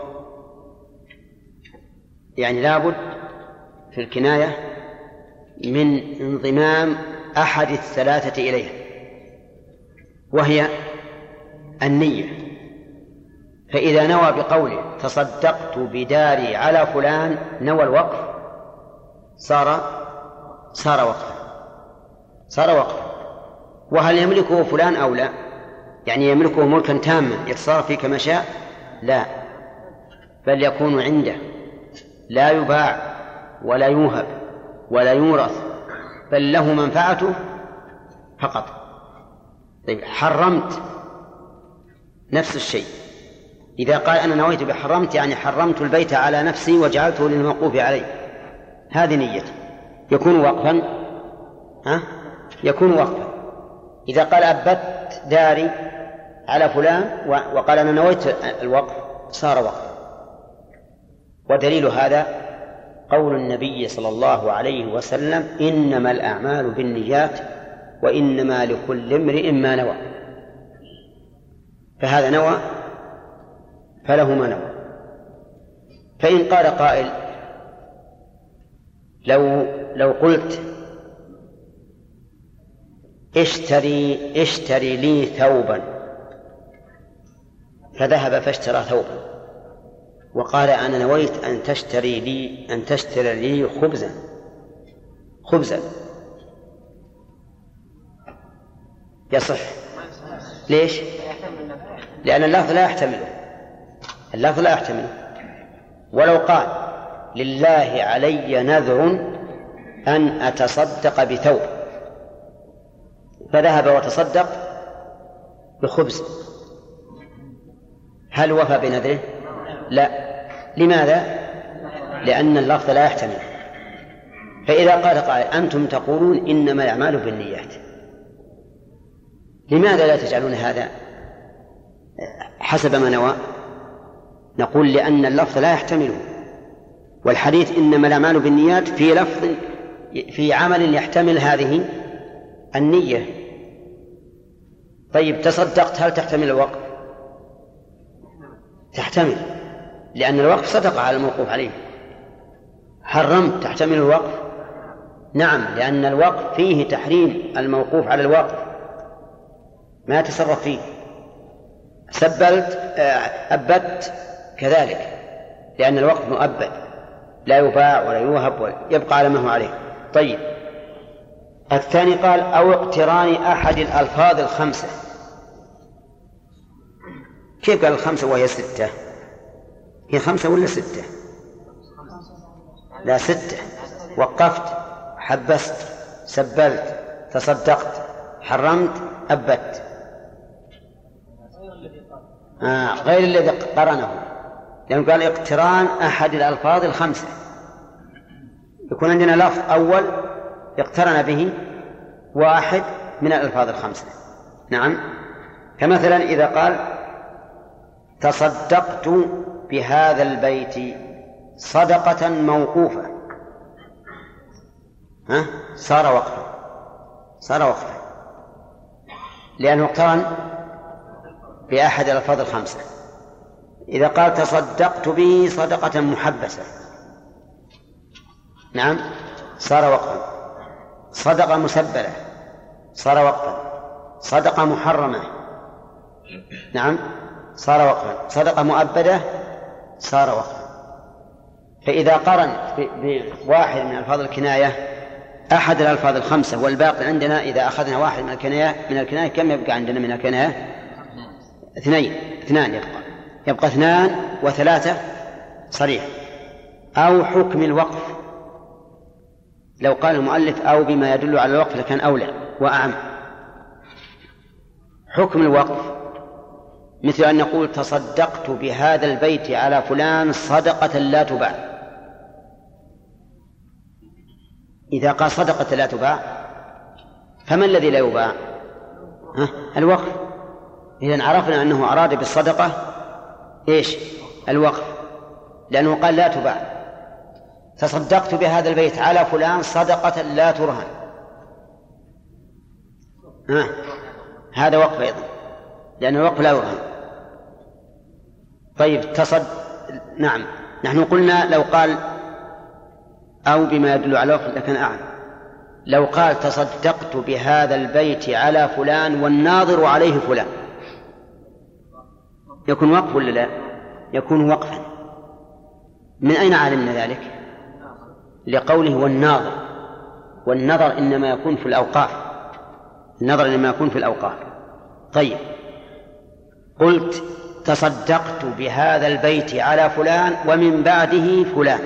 يعني لابد في الكناية من انضمام أحد الثلاثة إليها، وهي النية. فإذا نوى بقوله تصدقت بداري على فلان نوى الوقف صار صار وقفا صار وقفا. وهل يملكه فلان أو لا؟ يعني يملكه ملكا تاما يتصرف فيه كما شاء؟ لا، بل يكون عنده، لا يباع ولا يوهب ولا يورث، بل له منفعته فقط. طيب، حرمت نفس الشيء. إذا قال أنا نويت بحرمت يعني حرمت البيت على نفسي وجعلته للموقوف عليه، هذه نيته، يكون وقفا ها؟ يكون وقفا. إذا قال أبت داري على فلان وقال أنا نويت الوقف صار وقفا. ودليل هذا قول النبي صلى الله عليه وسلم إنما الأعمال بالنيات وإنما لكل امرئ ما نوى. فهذا نوى فله ما نوى. فإن قال قائل لو لو قلت اشتري اشتري لي ثوبا، فذهب فاشترى ثوبا وقال أنا نويت أن تشتري لي أن تشتري لي خبزا خبزا يصح. ليش؟ لأن اللفظ لا يحتمله، اللفظ لا يحتمله. ولو قال لله علي نذر أن أتصدق بثوب، فذهب وتصدق بخبز، هل وفى بنذره؟ لا. لماذا؟ لأن اللفظ لا يحتمل. فإذا قال قائل أنتم تقولون إنما الأعمال بالنيات، لماذا لا تجعلون هذا حسب ما نوى؟ نقول لأن اللفظ لا يحتمله، والحديث إنما الأعمال بالنيات في لفظ في عمل يحتمل هذه النية. طيب، تصدقت هل تحتمل الوقف؟ تحتمل، لأن الوقف صدق على الموقوف عليه. حرمت تحتمل الوقف؟ نعم، لأن الوقف فيه تحريم الموقوف على الوقف، ما يتصرف فيه. سبلت أبدت كذلك، لأن الوقف مؤبد لا يباع ولا يوهب ويبقى على ما هو عليه. طيب الثاني قال أو اقتران أحد الألفاظ الخمسة. كيف قال الخمسة وهي ستة؟ هي خمسة ولا ستة؟ لا ستة. وقفت، حبست، سبلت، تصدقت، حرمت، أبت. آه غير الذي قرنه، لأنه قال اقتران أحد الألفاظ الخمسة. يكون عندنا لفظ أول اقترن به واحد من الألفاظ الخمسة. نعم، كمثلا إذا قال تصدقت بهذا البيت صدقة موقوفة، ها؟ صار وقفا، صار وقفا لأنه اقترن بأحد الألفاظ الخمسة. إذا قال تصدقت به صدقة محبسة، نعم صار وقفا. صدقة مسبلة صار وقفا. صدقة محرمة، نعم صار وقفا. صدقة مؤبدة صار وقفا. فإذا قرن بواحد من ألفاظ الكناية أحد الألفاظ الخمسة والباقي عندنا، إذا أخذنا واحد من الكناية من الكناية كم يبقى عندنا من الكناية؟ اثنين، اثنان يبقى يبقى اثنان وثلاثة صريح. أو حكم الوقف، لو قال المؤلف أو بما يدل على الوقف لكان أولى وأعم. حكم الوقف مثل أن نقول تصدقت بهذا البيت على فلان صدقة لا تباع. إذا قال صدقة لا تباع فما الذي لا يباع؟ ها؟ الوقف. إذن عرفنا أنه أراد بالصدقة إيش؟ الوقف، لأنه قال لا تباع. تصدقت بهذا البيت على فلان صدقة لا ترهن، ها؟ هذا وقف أيضا، لأن الوقف لا يرهن. طيب تصد نعم، نحن قلنا لو قال أو بما يدل على الوقف لكن أعلم. لو قال تصدقت بهذا البيت على فلان والناظر عليه فلان، يكون وقف ولا لا؟ يكون وقفا. من أين علمنا ذلك؟ لقوله والناظر، والنظر إنما يكون في الأوقاف، النظر إنما يكون في الأوقاف. طيب قلت تصدقت بهذا البيت على فلان ومن بعده فلان،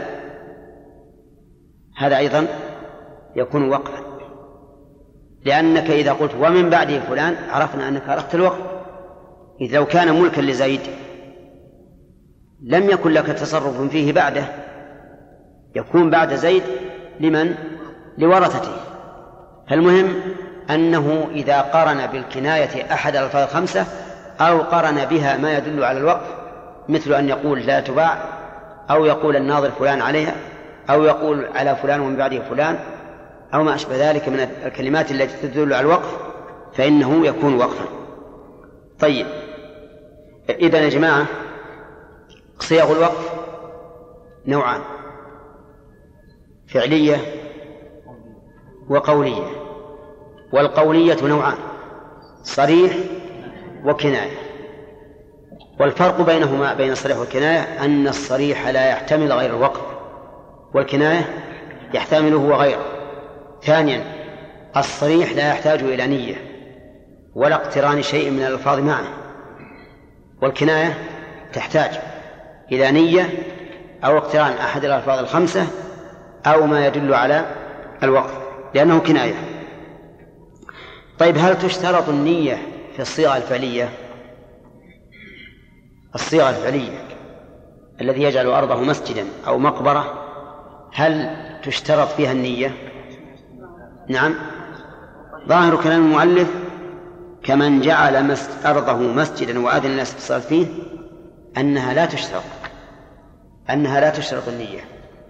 هذا أيضا يكون وقفا، لأنك إذا قلت ومن بعده فلان عرفنا أنك أردت الوقف. إذ لو كان ملكا لزيد لم يكن لك تصرف فيه بعده، يكون بعد زيد لمن؟ لورثته. فالمهم أنه إذا قرن بالكناية أحد الألفاظ الخمسة أو قرن بها ما يدل على الوقف، مثل أن يقول لا تباع، أو يقول الناظر فلان عليها، أو يقول على فلان ومن بعده فلان، أو ما أشبه ذلك من الكلمات التي تدل على الوقف، فإنه يكون وقفا. طيب إذن يا جماعة صيغ الوقف نوعان: فعلية وقولية. والقولية نوعان: صريح وكناية. والفرق بينهما بين الصريح والكناية أن الصريح لا يحتمل غير الوقف، والكناية يحتمله وغيره. ثانيا الصريح لا يحتاج إلى نية ولا اقتران شيء من الألفاظ معه، والكناية تحتاج إلى نية أو اقتران أحد الألفاظ الخمسة أو ما يدل على الوقف، لأنه كناية. طيب هل تشترط النية في الصيغة الفعلية؟ الصيغة الفعلية الذي يجعل أرضه مسجدا أو مقبرة هل تشترط فيها النية؟ نعم، ظاهر كلام المؤلف كمن جعل أرضه مسجدا وأذن الناس بالصلاة فيه أنها لا تشترط أنها لا تشترط النية.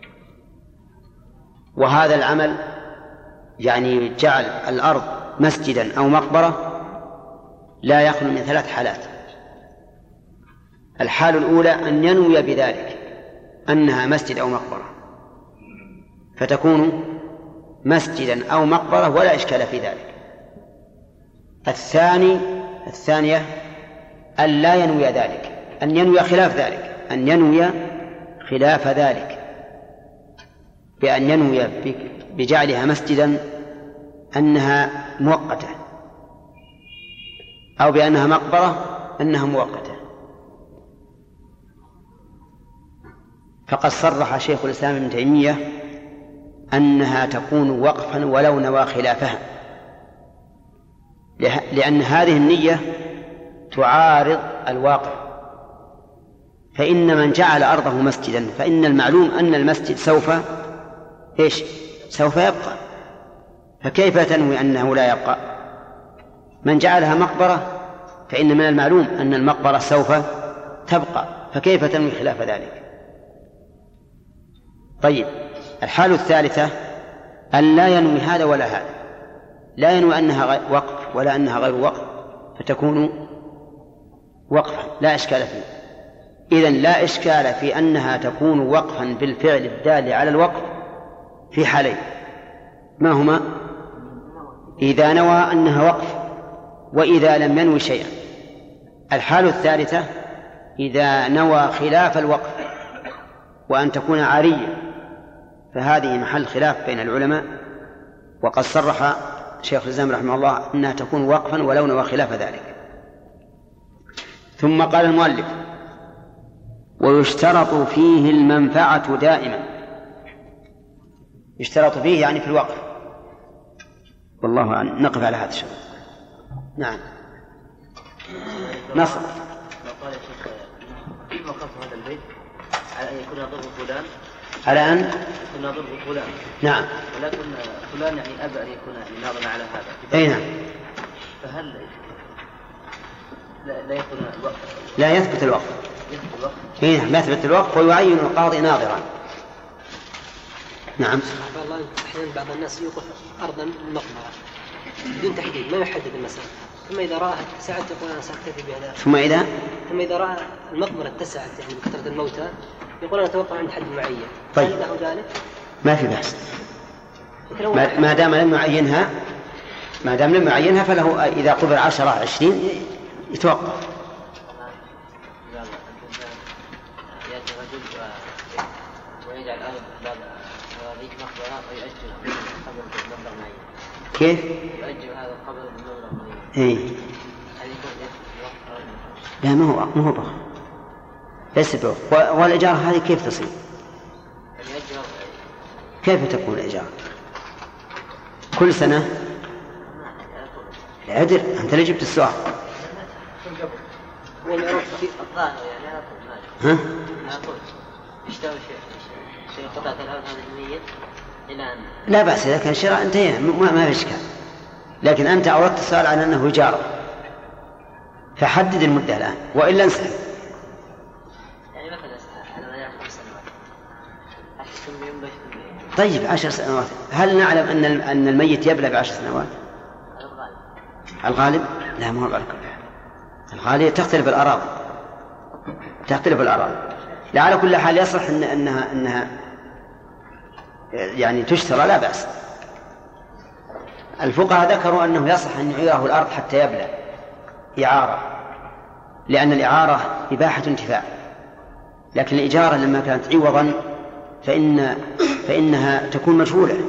وهذا العمل يعني جعل الأرض مسجدا أو مقبرة لا يخلو من ثلاث حالات. الحال الأولى أن ينوي بذلك أنها مسجد أو مقبرة فتكون مسجدا أو مقبرة ولا إشكال في ذلك. الثاني الثانية أن لا ينوي ذلك، أن ينوي خلاف ذلك، أن ينوي خلاف ذلك بأن ينوي بجعلها مسجدا أنها مؤقتة، أو بأنها مقبرة أنها مؤقتة. فقد صرح شيخ الإسلام ابن تيمية أنها تكون وقفا ولو نوى خلافها، لأن هذه النية تعارض الواقع. فإن من جعل أرضه مسجدا فإن المعلوم أن المسجد سوف إيش؟ سوف يبقى، فكيف تنوي أنه لا يبقى؟ من جعلها مقبرة فإن من المعلوم أن المقبرة سوف تبقى، فكيف تنوي خلاف ذلك؟ طيب، الحالة الثالثة أن لا ينوي هذا ولا هذا، لا ينوي أنها وقف ولا أنها غير وقف، فتكون وقفا لا إشكال فيه. إذن لا إشكال في أنها تكون وقفا بالفعل الدال على الوقف في حالين، ما هما؟ إذا نوى أنها وقف وإذا لم ينوي شيئا. الحالة الثالثة إذا نوى خلاف الوقف وأن تكون عارية، فهذه محل خلاف بين العلماء، وقد صرح شيخ الإسلام رحمه الله أنها تكون وقفا ولو نوى خلاف ذلك. ثم قال المؤلف: ويشترط فيه المنفعة دائما. يشترط فيه يعني في الوقف، والله أعلم. نقف على هذا الشيء. نعم. نصر. قال يا شيخ كيف وقف هذا البيت على أن يكون ضر فلان، على أن يكون ضر فلان، نعم، ولكن فلان يعني أبى أن يكون ناظرا على هذا. أي نعم. فهل لا, لا يكون الوقف؟ لا يثبت الوقف. يثبت الوقف. أي نعم، يثبت الوقف ويعين القاضي ناظرا. نعم. والله أحيانا بعض الناس يوقف أرضا المقبرة بدون تحديد، ما يحدد المسافة، ثم إذا رأى اتسعت يقول أنا سأكتفي بهذا. ثم إذا ثم إذا رأى المقبرة اتسعت يعني بكثرة الموتى يقول أنا أتوقع عند حد معين. طيب. هل له ذلك؟ ما في بأس، ما دام لم يعينها، ما دام لم يعينها فله إذا قبل عشرة عشرين يتوقف. يأتي رجل ويجعل الأرض بعد هذيك مقبرة ويؤجل قبل مبلغ معين. كيف؟ يؤجل هذا قبل مبلغ معين. إيه. لا، ما هو ما هو بخ. ليس بوقف. والإجارة هذه كيف تصير؟ كيف تكون الإجارة؟ كل سنة؟ لا أدري، أنت اللي جبت السؤال. ها؟ لا بأس إذا كان شراء انتهينا، ما ما في إشكال، لكن أنت أردت السؤال عن أنه إجارة، فحدد المدة الآن وإلا انسى. يعني مثلا على ما يعرف سنوات عشر سنين. طيب عشر سنوات، هل نعلم أن أن الميت يبلغ عشر سنوات؟ الغالب. الغالب؟ لا، ما هو الغالب. الغالب تختلف الآراء، تختلف الآراء. على كل حال يصح إن أنها أنها يعني تشترى، لا بأس. الفقهاء ذكروا أنه يصح أن يعيره الأرض حتى يبلغ إعارة، لأن الإعارة إباحة انتفاع، لكن الإجارة لما كانت عوضا فإن فإنها تكون مجهولة،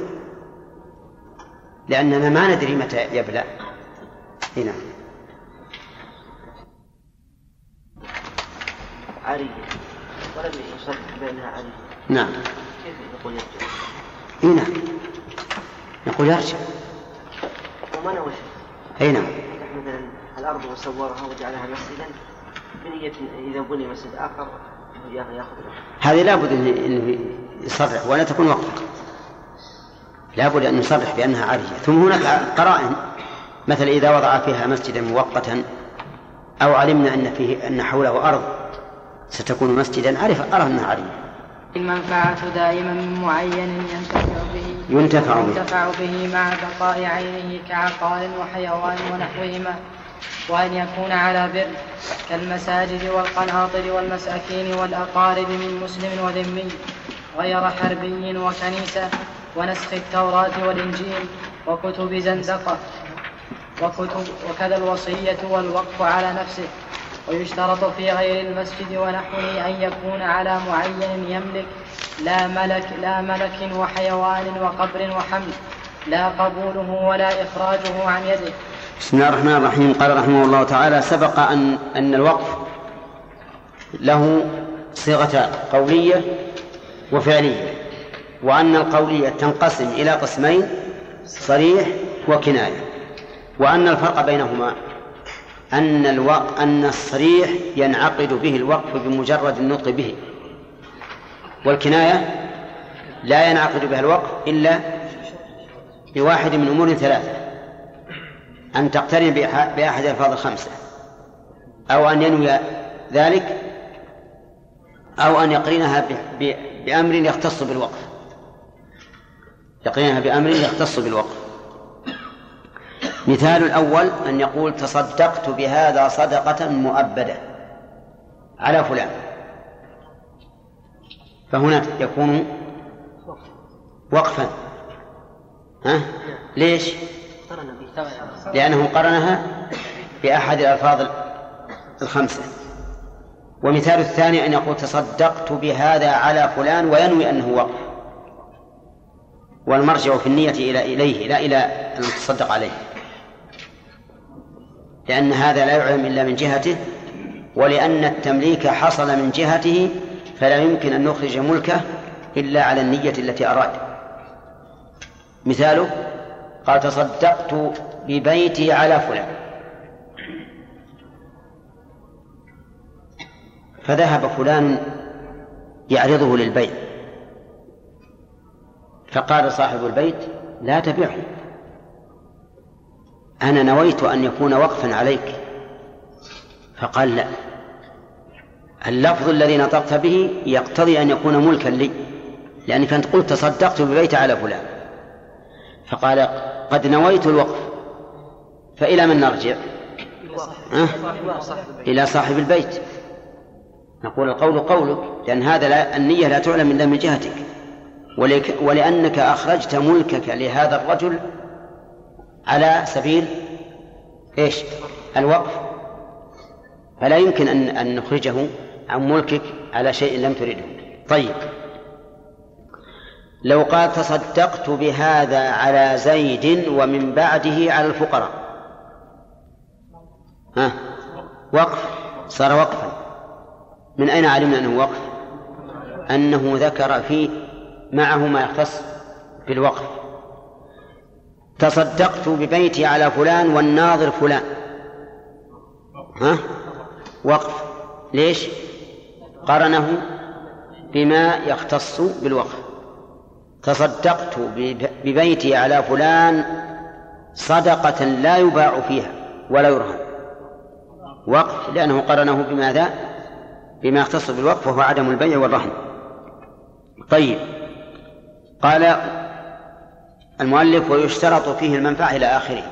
لأننا ما ندري متى يبلغ. هنا عارية ولم يصرح بأنها عارية. نعم. كيف نقول يرجع؟ هنا نقول يرجع. وما نوى أي نعم. مثلا الأرض وصورها وجعلها مسجدا بنية إذا بني مسجد آخر يأخذ. هذه لابد أن يصرح ولا تكون وقفا، لابد أن يصرح بأنها عارية. ثم هناك قرائن، مثل إذا وضع فيها مسجدا مؤقتا أو علمنا أن فيه أن حوله أرض ستكون مسجدا، عرف أرى أنها عارية. المنفعة دائما من معين ينتفع به ينتفع به, ينتفع به مع بقاء عينه كعقار وحيوان ونحوهما، وأن يكون على بر كالمساجد والقناطر والمساكين والأقارب من مسلم وذمي غير حربي وكنيسة ونسخ التوراة والإنجيل وكتب زندقة وكتب وكذا الوصية والوقف على نفسه. ويشترط في غير المسجد ونحوه أن يكون على معين يملك لا ملك, لا ملك وحيوان وقبر وحمل، لا قبوله ولا إخراجه عن يده. بسم الله الرحمن الرحيم. قال رحمه الله تعالى: سبق أن, أن الوقف له صيغتان، قولية وفعلية، وأن القولية تنقسم إلى قسمين: صريح وكناية، وأن الفرق بينهما أن, الوق... أن الصريح ينعقد به الوقف بمجرد النطق به، والكناية لا ينعقد بها الوقف إلا بواحد من أمور ثلاثة: أن تقترن بأحد الألفاظ الخمسة، أو أن ينوي ذلك، أو أن يقرنها بأمر يختص بالوقف يقرنها بأمر يختص بالوقف. مثال الأول أن يقول: تصدقت بهذا صدقة مؤبدة على فلان، فهنا يكون وقفا. ها؟ ليش؟ لأنه قرنها بأحد الألفاظ الخمسة. ومثال الثاني أن يقول: تصدقت بهذا على فلان، وينوي أنه وقف، والمرجع في النية إلى إليه لا إلى المتصدق عليه، لأن هذا لا يعلم إلا من جهته، ولأن التمليك حصل من جهته، فلا يمكن أن نخرج ملكه إلا على النية التي أراد. مثاله: قال: تصدقت ببيتي على فلان، فذهب فلان يعرضه للبيع، فقال صاحب البيت: لا تبيعه، أنا نويت أن يكون وقفا عليك. فقال: لا، اللفظ الذي نطقت به يقتضي أن يكون ملكا لي، لأنك أنت قلت تصدقت ببيت على فلان. فقال: قد نويت الوقف، فإلى من نرجع؟ أه؟ إلى صاحب البيت. نقول: القول قولك، لأن هذا لا النية لا تعلم إلا من جهتك، ولأنك أخرجت ملكك لهذا الرجل على سبيل إيش؟ الوقف، فلا يمكن أن, أن نخرجه عن ملكك على شيء لم تريده. طيب، لو قال: تصدقت بهذا على زيد ومن بعده على الفقراء، ها؟ وقف، صار وقفا. من أين علمنا أنه وقف؟ أنه ذكر فيه معه ما يختص بالوقف. تصدقت ببيتي على فلان والناظر فلان، ها؟ وقف. ليش؟ قرنه بما يختص بالوقف. تصدقت ببيتي على فلان صدقة لا يباع فيها ولا يرهن، وقف، لأنه قرنه بماذا؟ بما يختص بالوقف، وهو عدم البيع والرهن. طيب، قال المؤلف: ويشترط فيه المنفعة إلى آخره.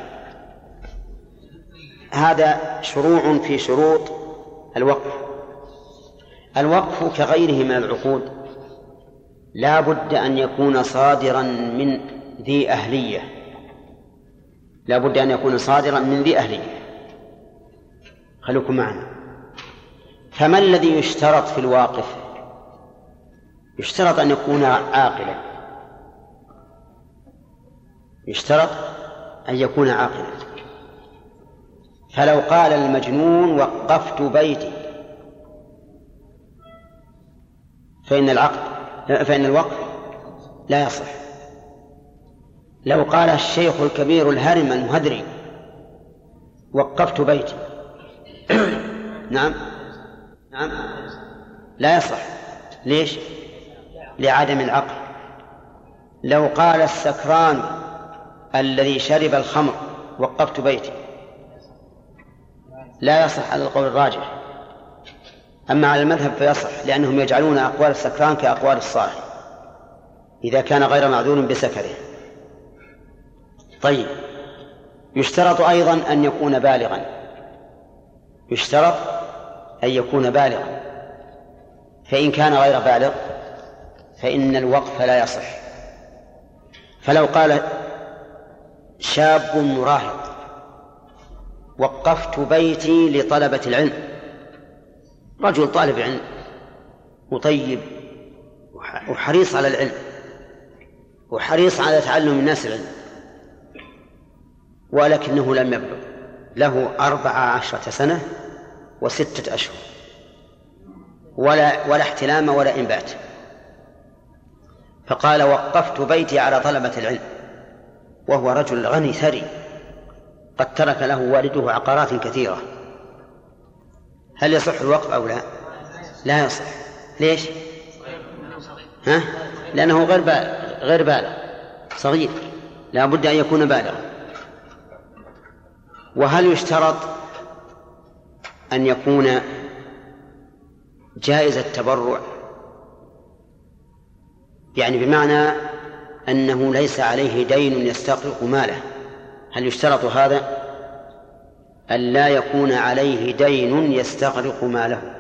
هذا شروع في شروط الوقف. الوقف كغيره من العقود لا بد أن يكون صادرا من ذي أهلية، لا بد أن يكون صادرا من ذي أهلية. خلوكم معنا. فما الذي يشترط في الواقف؟ يشترط أن يكون عاقلا، يشترط أن يكون عاقلا. فلو قال المجنون: وقفت بيتي، فإن العقد فإن الوقف لا يصح. لو قال الشيخ الكبير الهرم المهدري: وقفت بيتي، نعم نعم لا يصح. ليش؟ لعدم العقل. لو قال السكران الذي شرب الخمر: وقفت بيتي، لا يصح على القول الراجح. أما على المذهب فيصح، لأنهم يجعلون أقوال السكران كأقوال الصاحي إذا كان غير معذور بسكره. طيب، يشترط أيضا أن يكون بالغا، يشترط أن يكون بالغا، فإن كان غير بالغ فإن الوقف لا يصح. فلو قال شاب مراهق: وقفت بيتي لطلبة العلم، رجل طالب علم مطيب وحريص على العلم وحريص على تعلم الناس العلم، ولكنه لم يبلغ، له أربع عشرة سنة وستة أشهر، ولا, ولا احتلام ولا إنبات. فقال وقفت بيتي على طلبة العلم، وهو رجل غني ثري قد ترك له والده عقارات كثيرة. هل يصح الوقف أو لا؟ لا يصح. ليش؟ ها؟ لأنه غير بالغ، غير بالغ صغير، لا بد أن يكون بالغا. وهل يشترط أن يكون جائز التبرع؟ يعني بمعنى أنه ليس عليه دين يستغرق ماله. هل يشترط هذا؟ أن لا يكون عليه دين يستغرق ماله.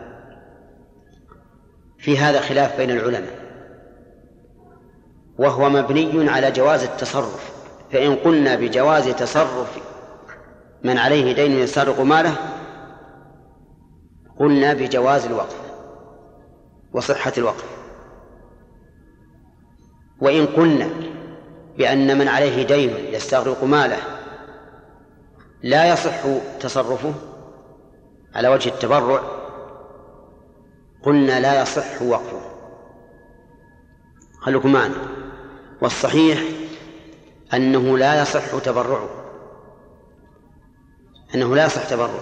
في هذا خلاف بين العلماء، وهو مبني على جواز التصرف. فإن قلنا بجواز تصرف من عليه دين يستغرق ماله قلنا بجواز الوقف وصحة الوقف. وإن قلنا بأن من عليه دين يستغرق ماله لا يصح تصرفه على وجه التبرع قلنا لا يصح وقفه. خلوكم معنا. والصحيح أنه لا يصح تبرعه، أنه لا يصح تبرعه،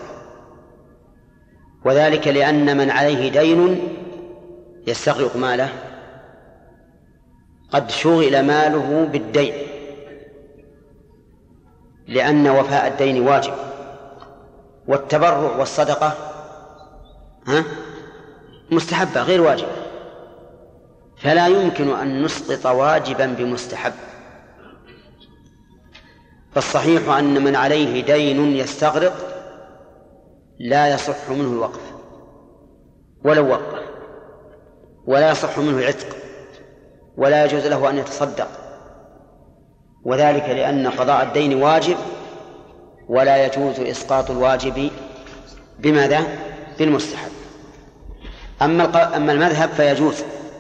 وذلك لأن من عليه دين يستغرق ماله قد شغل ماله بالدين، لأن وفاء الدين واجب، والتبرع والصدقة ها مستحبة غير واجب، فلا يمكن أن نسقط واجبا بمستحب. فالصحيح أن من عليه دين يستغرق لا يصح منه الوقف ولو وقف، ولا يصح منه العتق، ولا يجوز له أن يتصدق، وذلك لأن قضاء الدين واجب ولا يجوز إسقاط الواجب بماذا؟ بالمستحب. أما أما المذهب فيجوز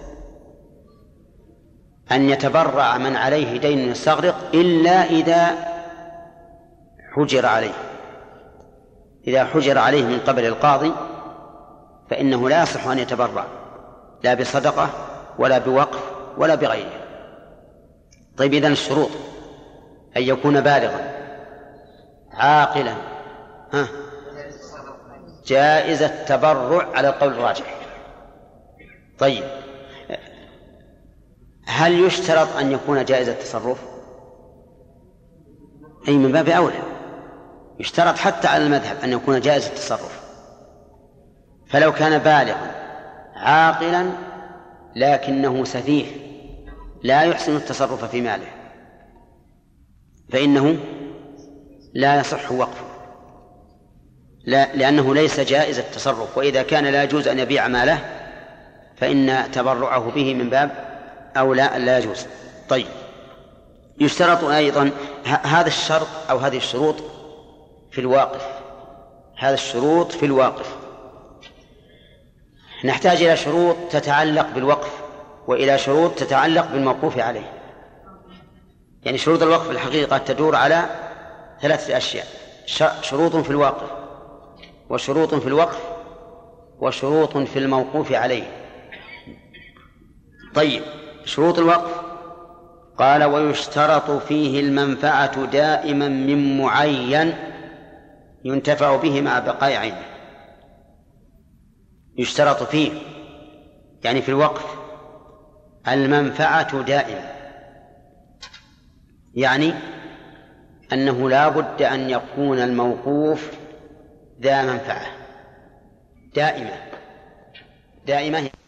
أن يتبرع من عليه دين يستغرق إلا إذا حجر عليه. إذا حجر عليه من قبل القاضي فإنه لا يصح أن يتبرع لا بصدقة ولا بوقف ولا بغيره. طيب إذن الشروط أن يكون بالغا عاقلا ها جائز التبرع على القول الراجح. طيب هل يشترط أن يكون جائز التصرف؟ أي من باب أولى يشترط حتى على المذهب أن يكون جائز التصرف. فلو كان بالغا عاقلا لكنه سفيه لا يحسن التصرف في ماله فإنه لا يصح وقفه، لا لأنه ليس جائز التصرف. وإذا كان لا يجوز أن يبيع ماله فإن تبرعه به من باب أو لا لا يجوز. طيب يشترط أيضا هذا الشرط أو هذه الشروط في الواقف، هذا الشروط في الواقف. نحتاج إلى شروط تتعلق بالوقف وإلى شروط تتعلق بالموقوف عليه. يعني شروط الوقف الحقيقة تدور على ثلاثة أشياء: شروط في الواقف، وشروط في الوقف، وشروط في الموقوف عليه. طيب طيب شروط الوقف قال: ويشترط فيه المنفعة دائما من معين ينتفع به مع بقاء عينه. يشترط فيه يعني في الوقف المنفعة دائما، يعني أنه لا بد أن يكون الموقوف ذا منفعة دائمة. دائمة